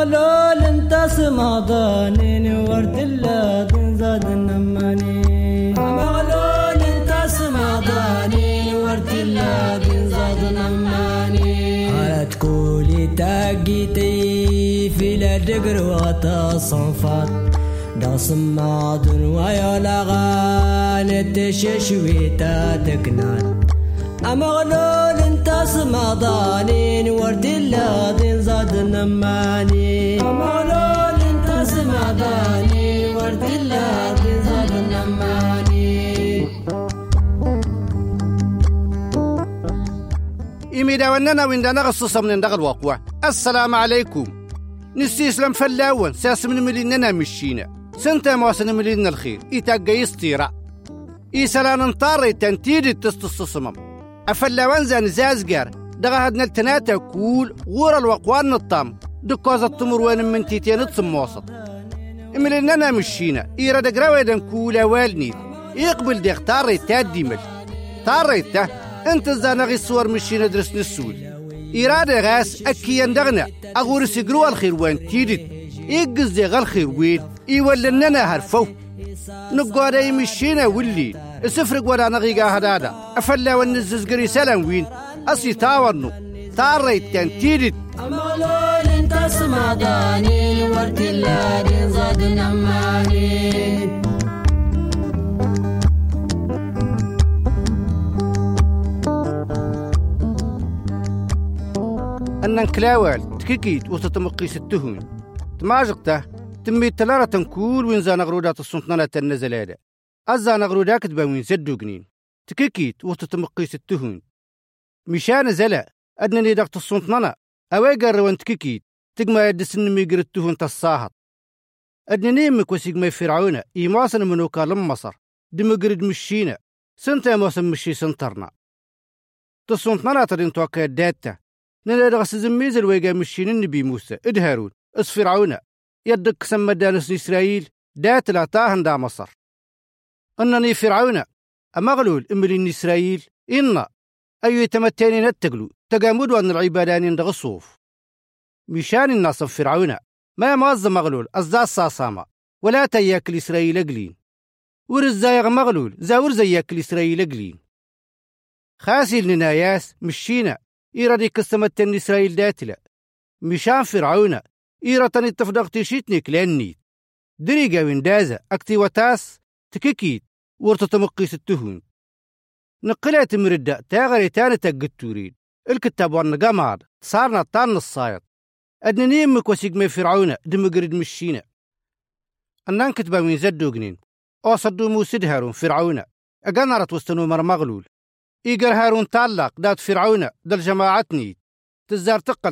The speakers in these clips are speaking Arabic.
مغلول انت سماضانين ورد اللادن زاد النماني مغلول انت سماضانين ورد اللادن زاد النماني على تقولي تاقيتي في الدقر وتصنفات دا سماضن ويا لغان تششوي تاتكنان مغلول انت سماضانين ورد اللادن زاد النماني مغلول انت سماضانين ورد اللادن زاد النماني إميدا وننا وندنا غصصا من دغ الواقوع. السلام عليكم. نستسلم فلاون ساس من مليننا مشينا سنتا مواسن ملينا الخير إتاقا يستيرا إيسالان انطاري تنتيد التصمم أفلاوان زان زازقار دغا هدنا التناتا كول غور الوقوان الطام دكوزة التمروان من تيتين تصموصت مليننا مشينا إيرا دقراوي دان كولا والنيد يقبل دي اختاري تادي مل طاريته انت زانغي الصور مشينا درس نسول إرادة غاس أكيان دغنا أغور سيقروا الخير وين تيدت إيقز دي غالخير وين إيوالننا هرفو نقوى داي مشينا واللي سفرق ولا نغيقا هدادا أفلا ونزز قريسالا وين أصي تاورنو طاريتان تيدت مغلول انت سماضانين ورد اللادن زاد النماني أنن كلاوال تكيكيت وتتمقي ستهون تماجقته تمي تلارة تنكول وين زانغرودات السنطنة النزلادة الزانغرودا كتبا وين زدو قنين تكيكيت وتتمقي ستهون مشان زلا أدنني داقت السنطنة أواقر وان تكيكيت تقما يدس النمي قرتهون تصاهط أدنني مكوسيق ما فرعون إيماسن منوكا لمصر دمقرد مشينا سنتا موسم مشي سنترنا تصنطنة تدين توقع داتا نلادغس زميز الويقا مشين النبي موسى ادهارون اسفرعون يدك سمدانس إسرائيل دات العطاهن دا مصر أنني فرعون أمغلول إملين إسرائيل إن أي يتمتاني نتقلو تقامدوا أن العبادانين دغصوف مشان الناس فرعون ما معظم مغلول أزداد صاصامة ولا تياكل إسرائيل أقلين ورزايغ مغلول زاور زياكل إسرائيل أقلين خاسي لناياس مشينا إيرادي كستمتن إسرائيل داتلا مشان فرعون إيراتني التفدق تشيتنيك لأني دريقا وين دازا أكتي وتاس تككيت ورتتمقي ستهون نقلات مردة تاغري تاني تاقتورين الكتاب والنقامار صارنا طان الصايد أدنني مكوسيق مي فرعون دمقرد مشينا أنان كتبا وين زدو قنين أوصدو موسد هارون فرعون أقنرت وستنو مرمغلول إيقر هارون تالق دات فرعون دل جماعتني تزار تقل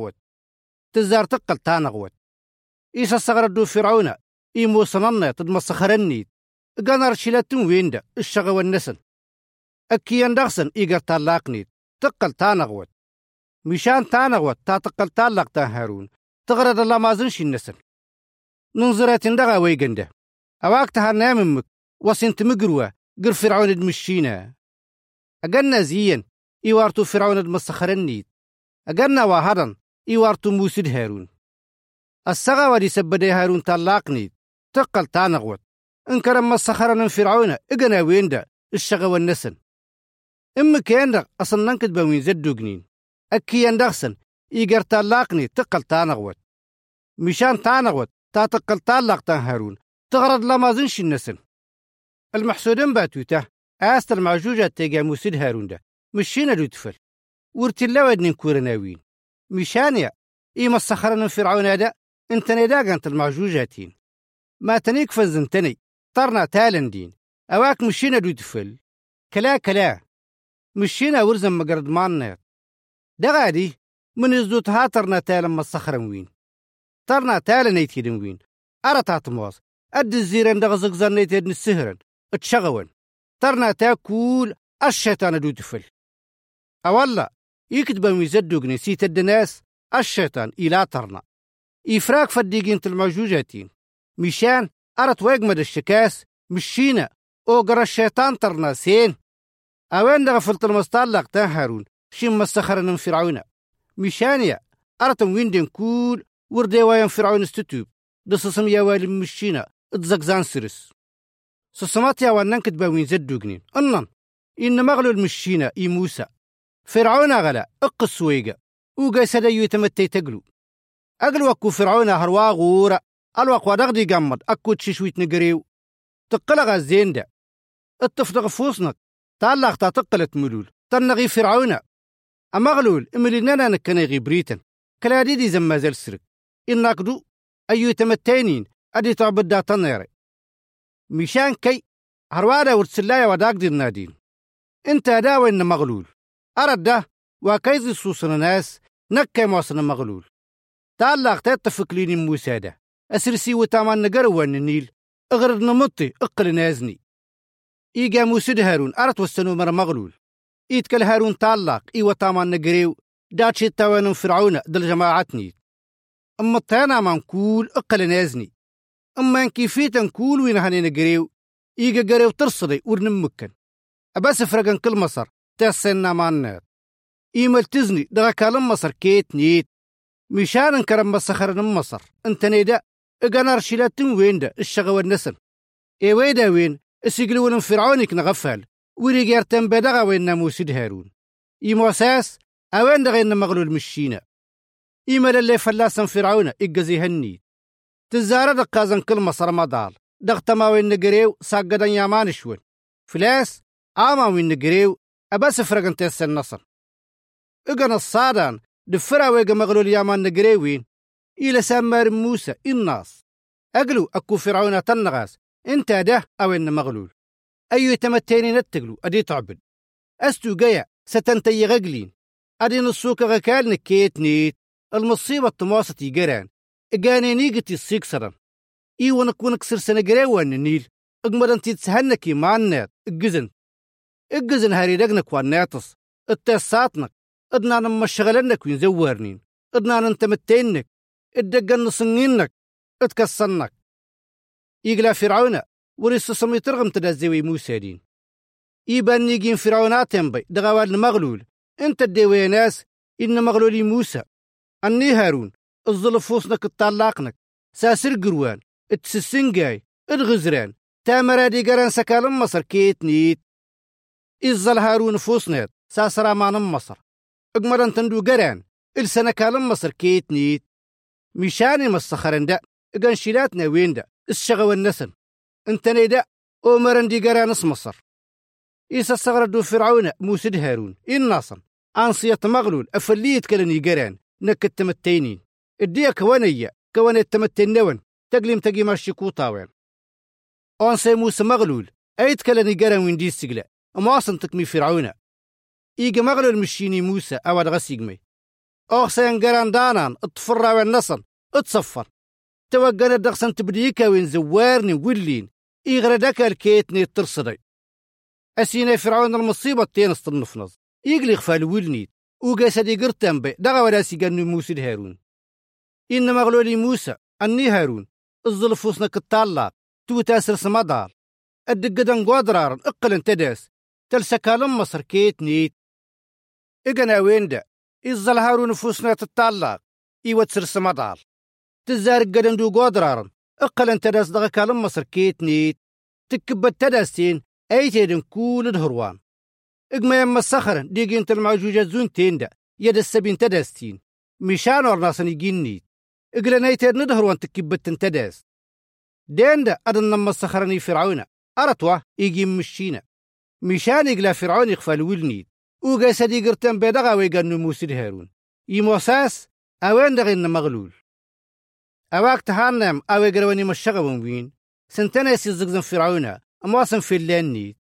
تانغوت إيسا الصغردو فرعون إيمو صننا تدمسخرني قنر شلاتن ويندا الشغا والنسن أكيان دغسن إيقر تالاقني تقل تانغوت مشان تانغوت تقل تالق تا هارون تغرد الله مازنش النسن ننظرات دغا ويقنده أواقتها ناممك وسنت مقروة قر فرعون دمشينا أجنا زين إيوارتو فرعون المسخرنيد أجنا واهرن إيوارتو موسد هارون السغا ودي سبدي هارون تلاقنيد تقل تانغوت انكرم مسخرن فرعون إجنا ويندا الشغا والنسن إما كان أصلا ننكد بوين زدو جنين أكيان دغسن إيجر تلاقني تقل تانغوت مشان تانغوت تقل تلاق تان هارون تغرد لما زنش النسن المحسودين باتوته آست المعجوجة تيجا موسد هارون ده مشينا دو تفل ورتلا ودنين كورناوين مشانيا إيما الصخرن فرعون هذا انتني داقنت المعجوجاتين ما تنيك فزنتني طرنا تالندين أواك مشينا دو تفل كلا مشينا ورزم مقرد مانير ده غادي من ازدوت هاترنا تالما الصخرن وين طرنا تالنيتيدن وين أرتات مواز أد الزيران دغزق زرنيتيدن السهرن اتشغوان ترنا تاكول الشيطان دو تفل أولا يكتب ميزدوغني سيت الدناس الشيطان إلى ترنا إفراق فديقين الموجوجاتين مشان أرت ويقمد الشكاس مشينا أوقر الشيطان ترنا سين أوين دغفلت المستالق تاهارون شم السخرن فرعون مشانيا أرتم ويندن كول ورديوايان فرعون استتوب دسسم يوالي مشينا اتزقزان سرس سسمات يوان كتباوين زدوقنين إن مغلول مشينا إي موسى فرعون غلا اقص ويقا وقا سدايو يتمتي تقلو أقل وكو فرعون هروا غورا الوق ودغدي قمد أكو تششويت نقريو تقلغ الزين دا التفدغ فوسنك تعلق تقلت ملول تنغي فرعون أمغلول إملينانا نكنيغي بريتن كلاديدي زمازال سرق إناكدو أيو يتمتينين أدي تعبد دا تنيري مشان كي هروادا ورتسلايا وداق دي النادين انت داوي إن مغلول أرد ده وكيزي صوصنا ناس نكي موصنا مغلول تعلق تتفق ليني موسى ده أسرسي وتامان نقروان النيل اغرد نمطي اقل نازني إيجا موسى هارون أرد وستنو مر مغلول إيتكال هارون تعلق وتامان نقريو داتشي التوانم فرعون دل جماعتني أما التانا ما نقول اقل نازني أما كيفيت نقول وين هاني نقريو إيجا قريو ترصدي ورنمكن أباس فرقن كل مصر تاسينا معنات إيمال تزني دغا كالم مصر كيت نيت مشان كرم مسخر مصر انت نيدا اقنار شيلاتن وين دا الشغوى النسل ويدا وين اسيقلون فرعونك نغفال وريقار تنبدغا وين ناموسيد هارون إيموساس اوين دغين مغلول مشينا إيمال اللي فلاسن فرعون إقزي هنيت تزارة دقازن كل مصر مدال دغتما وين نقريو ساقدن يامان شوين فلاس آما وين نقريو أباس فرقن تيس النصر اقن الصادان دفرا ويقا مغلول يامان نقريوين إلى سامار موسى الناس أقلو أكو فرعون تنغاس انت ده أو إن مغلول أيو يتمتيني نتقلو أدي تعبد أستو قيا ستنتي غقلين أدي نصوك غكال نكيت نيت المصيبة التماسة يقران إقاني نيقتي السيق سران إيوان أكون أكسر سنقريوان النيل أقمدن تتسهنكي مع النات إقزن هاري دقنك والناتس التاساتنك ادنا نمشغلنك وين زوارنين ادنا ننتمتينك ادقن نصنينك اتكسنك يقلا فرعون وريس سمي ترغم تدازيوي موسى دين يبان نيجين فرعونات ينبي دغوال مغلول انت الديوي ناس إن مغلولي موسى أني هارون الظلفوسنك الطلاقنك ساسر قروان اتسسنجاي الغزران تامرادي قران سكالم مصر كيت نيت إزال هارون فوسنات ساسرا مانم مصر اقمران تندو قران السنة كالم مصر كيت نيت مشاني مسخرن دا اقان شيلاتنا وين دا الشغوى النسن انتني دا اومران دي قران اس مصر إيسا الصغردو فرعون موسى هارون الناصن أنصية مغلول أفليت كلني قران نك التمتينين الديا كوانية كوان التمتين نون تقليم تقيم الشكو طاوين أنصي موسى مغلول أيت كلني قران وين دي السقلاء أمواصن تكمي فرعون إيجا مغلول مشيني موسى أواد غسيقمي أغسين قران دانان اطفرا والنصن اتصفر توقنا الدغسن تبديكا وين زوارني ولين إيغردك الكيتني الترصدي أسينا فرعون المصيبة تينست النفنظ يقلي غفال ولنيت وقاسدي قرتان بي دغا ولا سيقانو موسى هارون إن مغلولي موسى أني هارون الظلفوسنا كالطلاق توتاسر سمدال الدقدان قوادرارن اقلن تداس تلسكالم مصر كيت نيت إقنا وين دا إزال هارون فوسنا تطلاق إيواتسر سمدال تزارق قدن دو قوادرارن اقلن تداس دغا كالم مصر كيت نيت تكبت تداستين أيتين كول دهروان إقما يما الصخرن ديقين تلمعجوجة زون تيندا يد السبين تداستين مشان ورناسن يجين نيت إقلن أيتين ندهروان تكبت تداس ديندا أدن نما الصخرني فرعون أرتوا إيجين مشينا مشان إقلا فرعون يغفال ولنيت وقاسد يقرتن بيدغا ويقانو موسى هارون يموساس أوين دغين مغلول أواك تهانم أو يقرواني مشغبون وين سنتنا يسيزقزن فرعون أمواصن في اللانيت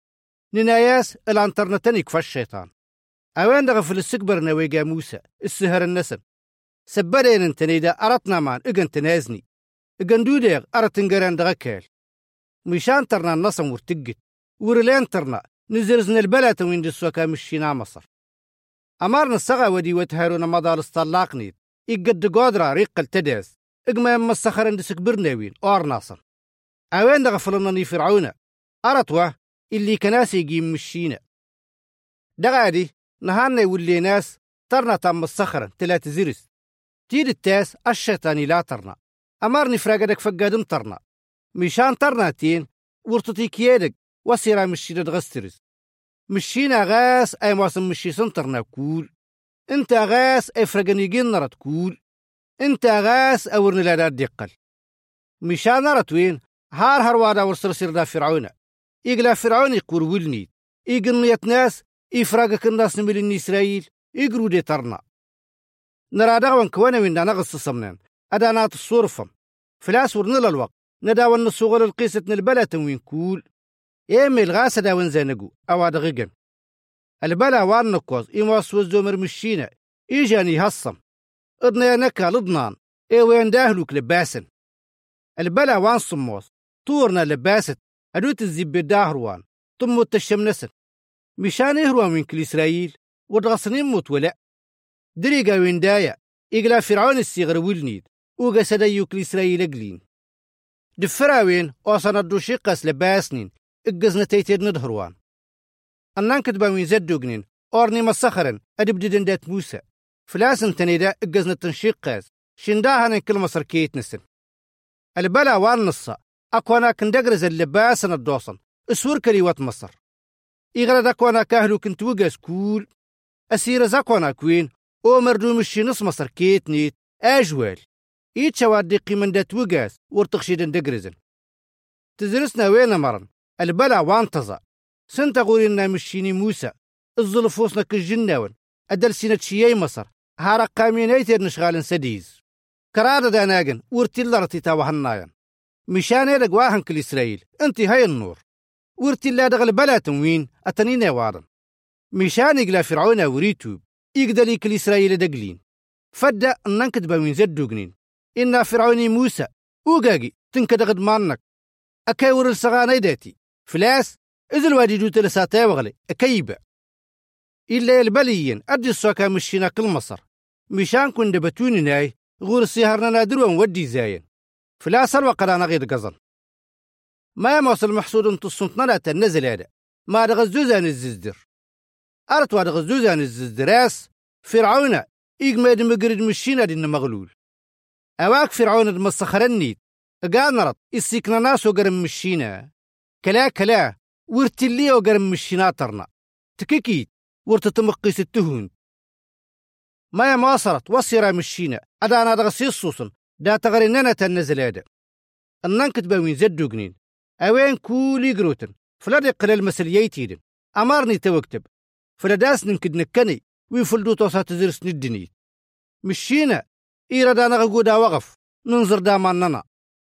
نناياس الانترنتن يكفى الشيطان أوين دغا في السكبر نويقا موسى السهر النسم سبرين انتني دا أرتنا مان إقن تنازني إقن دوديغ أرتن قران دغا كال مشان ترنا النصم ورتقت ورلين ترنا نزرزن البلات وين دسوكا مشينا مصر أمارنا الصغا ودي وتهارون مدال استطلاقنيت إقد قادرة ريقل تداس إقما يما السخرن دسكبر نوين أور ناصر أوين دغا فلنني فرعون أرتوا اللي كناس يجيم مشينا دغادي نهانا يولي ناس ترنا تم الصخرة 3 زرس تيد التاس الشيطاني لا ترنا أمارني فراقدك فقادم ترنا مشان ترنا تين ورطتي كيادك وسيرا مشي دغسترس مشينا غاس أي موسم مشي سنترنا كول انت غاس أي فرقني جنرة كول انت غاس أورني لا ديقل مشان نرتوين هار وادا ورسرسير دا فرعون إيقلا فرعون يقول ولني إيقنية ناس إفراقك الناس نملين إسرائيل إيقرو دي ترنا نرى دغوان كوانا من دانا غصصمنان أدانات الصورفم فلاس ورنلا الوقت نداوان نصوغل القيسة البلا تنوين كول إيمي الغاسة داوان زانقو أواد غيقن البلا وان نقوز إيمواس وزومر مشينا إيجاني هصم إدنا ينكا لضنان إيوين داهلوك لباسن البلا وان صموس طورنا لباست أدوت الزيب داهروان ثم التشمنسن مشان يهروان من كل إسرائيل ودغصنين موت ولا دريقا وين دايا إقلا فرعون السيغر والنيد وقسد يوكل إسرائيل أقلين دفراوين وصنا الدوشيقاس لباسنين إقزنا تيتيد ندهروان أنان كتبا وين زدوقنين أورني مسخرن أدبددن دات موسى فلاسن تنيدا إقزنا تنشيقاس شنداهن كل مصر كيت نسن البلا وان نصا أكوانا كندقرز اللباسن الدوصن اسور كريوات مصر إغرد أكوانا كاهلو كنت وقاس كول أسير زاكوانا كوين أو مردو مشي نص مصر كيت نيت أجوال إيتشواد ديقي من دات وقاس ورتخشيدن دقرزن تزرسنا وين مرن البلا وان تزا سنتا غورينا مشيني موسى الظلفوسنا كالجناون أدل سينة شياي مصر هارا قامينيتر نشغال سديز كرادة داناغن ورتيلا رتيتا وهنايان مشان يدق واهن كل إسرائيل انتي هاي النور ورتيلا دغل بلا تنوين أتنين وارن مشان يقلا فرعون وريتوب يقدر كل إسرائيل دقلين فدا ننكد بوين زدوقنين إنا فرعوني موسى وقاقي تنكدغد مانك أكاور الصغاني داتي فلاس إذ الوادي دوت لساتي وغلي أكيبا إلا البليين أدي السوكا مشينا كل مصر مشان كن دبتوني ناي غور السيهرنا نادرون ودي زاين فلاس الوقرانا غير قزن ما يموصل محسود انت الصنطنا لا تنزل هذا ما دغزوزان الززدر أرتوا دغزوزان الززدراس فرعون إيقماد مقرد مشينا دين مغلول أواك فرعون المسخرنيت قانرت السيكنا ناس وقرم مشينا كلا ورتلي وقرم مشينا ترنا تكيكيت ورتتمقيس التهون ما يماصرت وصيرا مشينا أدانا دغسي الصوصن دا تغريننا تنزل هذا الننكت باوين زدو قنين أوين كولي قروتن فلا قلال مسليتيدن أمارني توكتب فلا داس ننكد نكني ويفلدو توسات زرس ندني مشينا إيرادانا غقودا وغف ننظر داماننا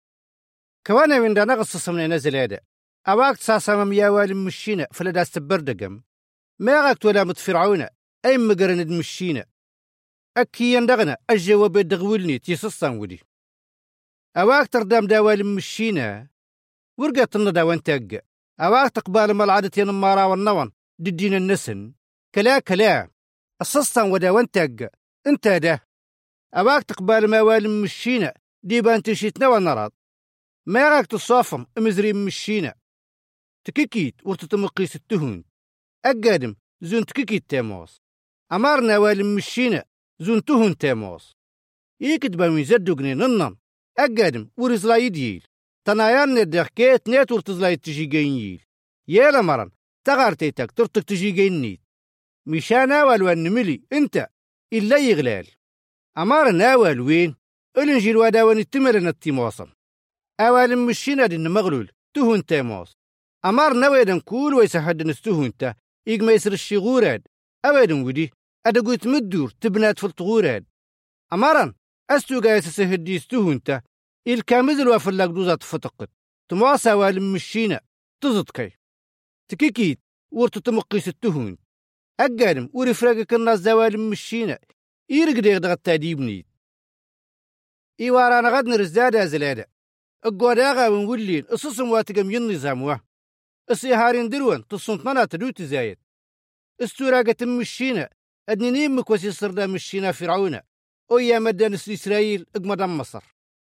كوانا من دانا غصصمنا نزل هذا أواكت ساسا مياوال مشينا فلا داس تبردقم ما غاكت ولا متفرعونا أي مقرند مشينا أكي يندغنا الجواب الدغولني تيسصان ودي أواك تردام داوال مشينا ورقات النداوان تاق أواك تقبال مالعادة ينمارا والنوان ددين النسن كلا الصصان وداوان تاق انت ده أواك تقبال موال مشينا ديبان تشيتنا ونراد ما يراك تصافم مزري مشينا تكيكيت ورتتمقيس التهون أقادم زون تكيكيت تاموس أمارنا والم مشينا زون تهون تاموس يكتبا من زدوقني ننن أقادم ورزلاي ديل تنايان ندخكيت نيت ورتزلاي تجيجين يالا مرن تغارتيتك ترتك تجيجين نيت مشان أول ونملي انت إلا يغلال أمارن أول وين الانجيل وداوان التمرن التيموصن أول مشينا دين مغلول تهون تاموس أمارن أويدن كول ويسحدن استهونتا إيقما يسر الشغوراد أويدن ودي أدقوت مدور تبنات في الطغوراد أمارن أستوغا يسسهدي استهونتا الكامزل وفلاق دوزات فتقت تمواسا والم مشينا تزدكي تكيكيت ورتتمقيس التهون أقادم ورفراقك الناس زوالم مشينا إيرق ديغدغ التاديبنيت إيوارانا غد نرزادا زلادا أقواداغا ونولين أصصم واتقم ينظام واه السيهارين دروان تصنطنا تدوت زايد استوراقة مشينا أدنينين مكوسي صردا مشينا فرعونا ويا مدان إسرائيل أقمدان مصر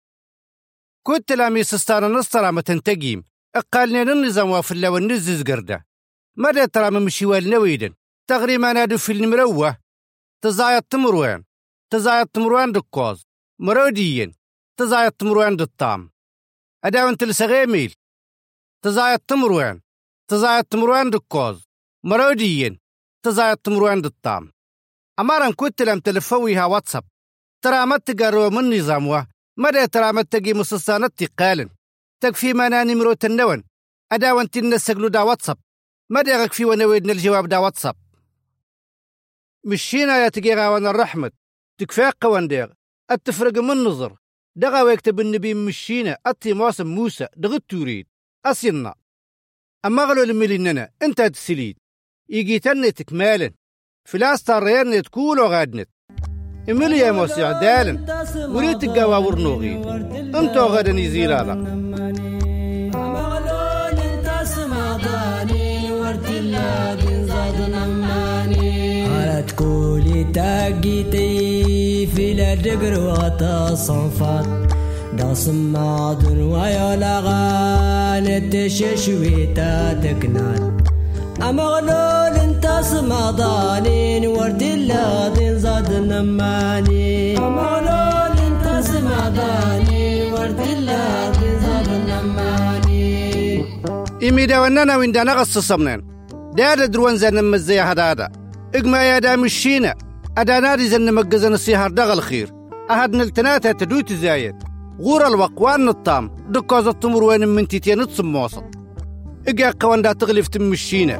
كنت لامي سستانا نصطرا متنتقيم أقالنا النظام وافلا ونزز قردا ماذا ترى من مشيوال نويدا تغريما نادو في المروة تزايد تمروان تزايد تمروان دكوز مروديين تزايد تمروان دالطام أداون تلسغيميل تزايد تمروان دكوز مروديين تزايد تمروان دالطام أمارن كنت لم تلفويها واتساب ترامت تقروا من نظامها مدى ترامت تقي مصصانت تقالن تكفي مانا نمرو تنون أداون تنسقلو دا واتساب مدى غكفي ونويدن الجواب دا واتساب مشينا يا تقيغا وانا الرحمة تكفاق قوانديغ التفرق من نظر دغا ويكتب النبي مشينا أتي مواسم موسى دغت توريد أصينا أما غلو لمليننا انت تسليد يجي تنتك مالا فلاستا ريرني تكولو غادنت إملي يا موسى عدالن وريت القوا ورنوغي انتو غادا نيزيلالا كولي تاقيتي في لدقر وغطا صنفات داصم معدن ويا لغان تششوي تاتكنات أمغلول انت سمعضانين ورد اللادين زاد نماني أمغلول انت سمعضانين ورد اللادين زاد نماني إمي داوننا وين دانا غصصمنين دادا دروان زان مزي هدادا إقما يا دامشينا أداناري زن مقزن السيهار دغ الخير أهد نلتناتها تدوت زايد غور الوقوان الطام دكوز التمر وين من تيتين اتصم وسط إقا قوان دا تغلف تمشينا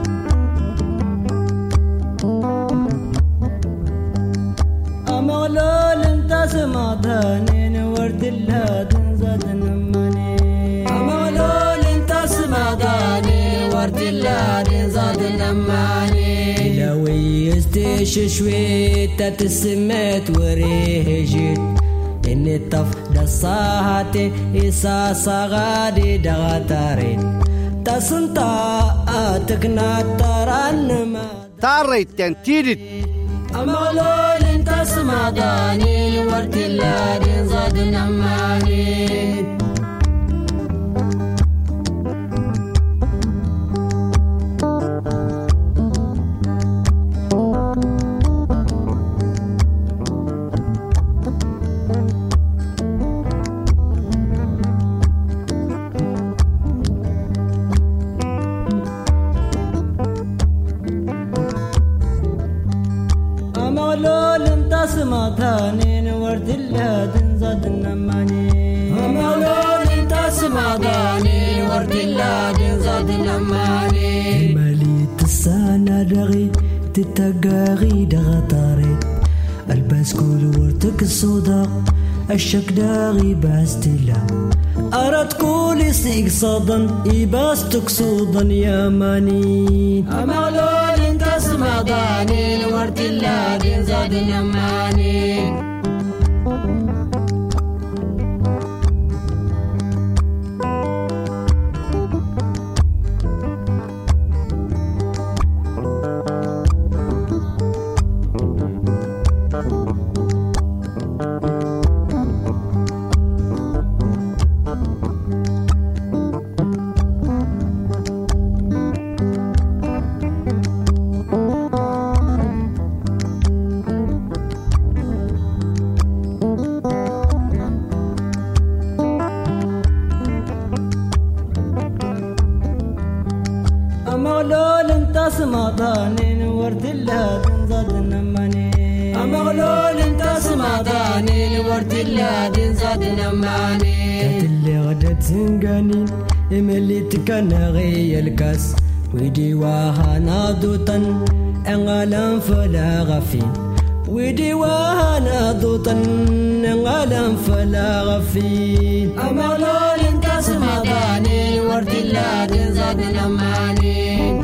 أمغلول انت سمعضانين ورد اللادن زاد نماني أمغلول انت سمعضانين ورد اللادن زاد نماني لوي استششوي تتسمت وريه جيت إن الطف دصاهاتي إسا صغادي دغتارين تسنتا تكنا ترانما تاريت تنتيدت أمغلول انت سمعضاني ورد اللادين زاد نماني أمغلول انت سمعضانين ورد اللادين زاد نماني أمغلول انت سمعضانين ورد اللادين زاد نماني مالي تسانا دغي تتقاغي دغطاري الباسكول ورتك الصداق الشك داغي باستلا أرد كل سيق صدن إباستك صدن يا ماني أمغلول انت سمعضانين ورد اللادين زاد نماني أمغلول انت سمعضانين ورد اللادين زاد نماني أمغلول انت سمعضانين ورد اللادين زاد نماني اللي غدت زنقانين إملي تكنغي الكاس ويدي واهانا دوطن انغالان فلا غفين ويدي واهانا دوطن انغالان فلا غفين أمغلول انت سمعضانين ورد اللادين زاد نماني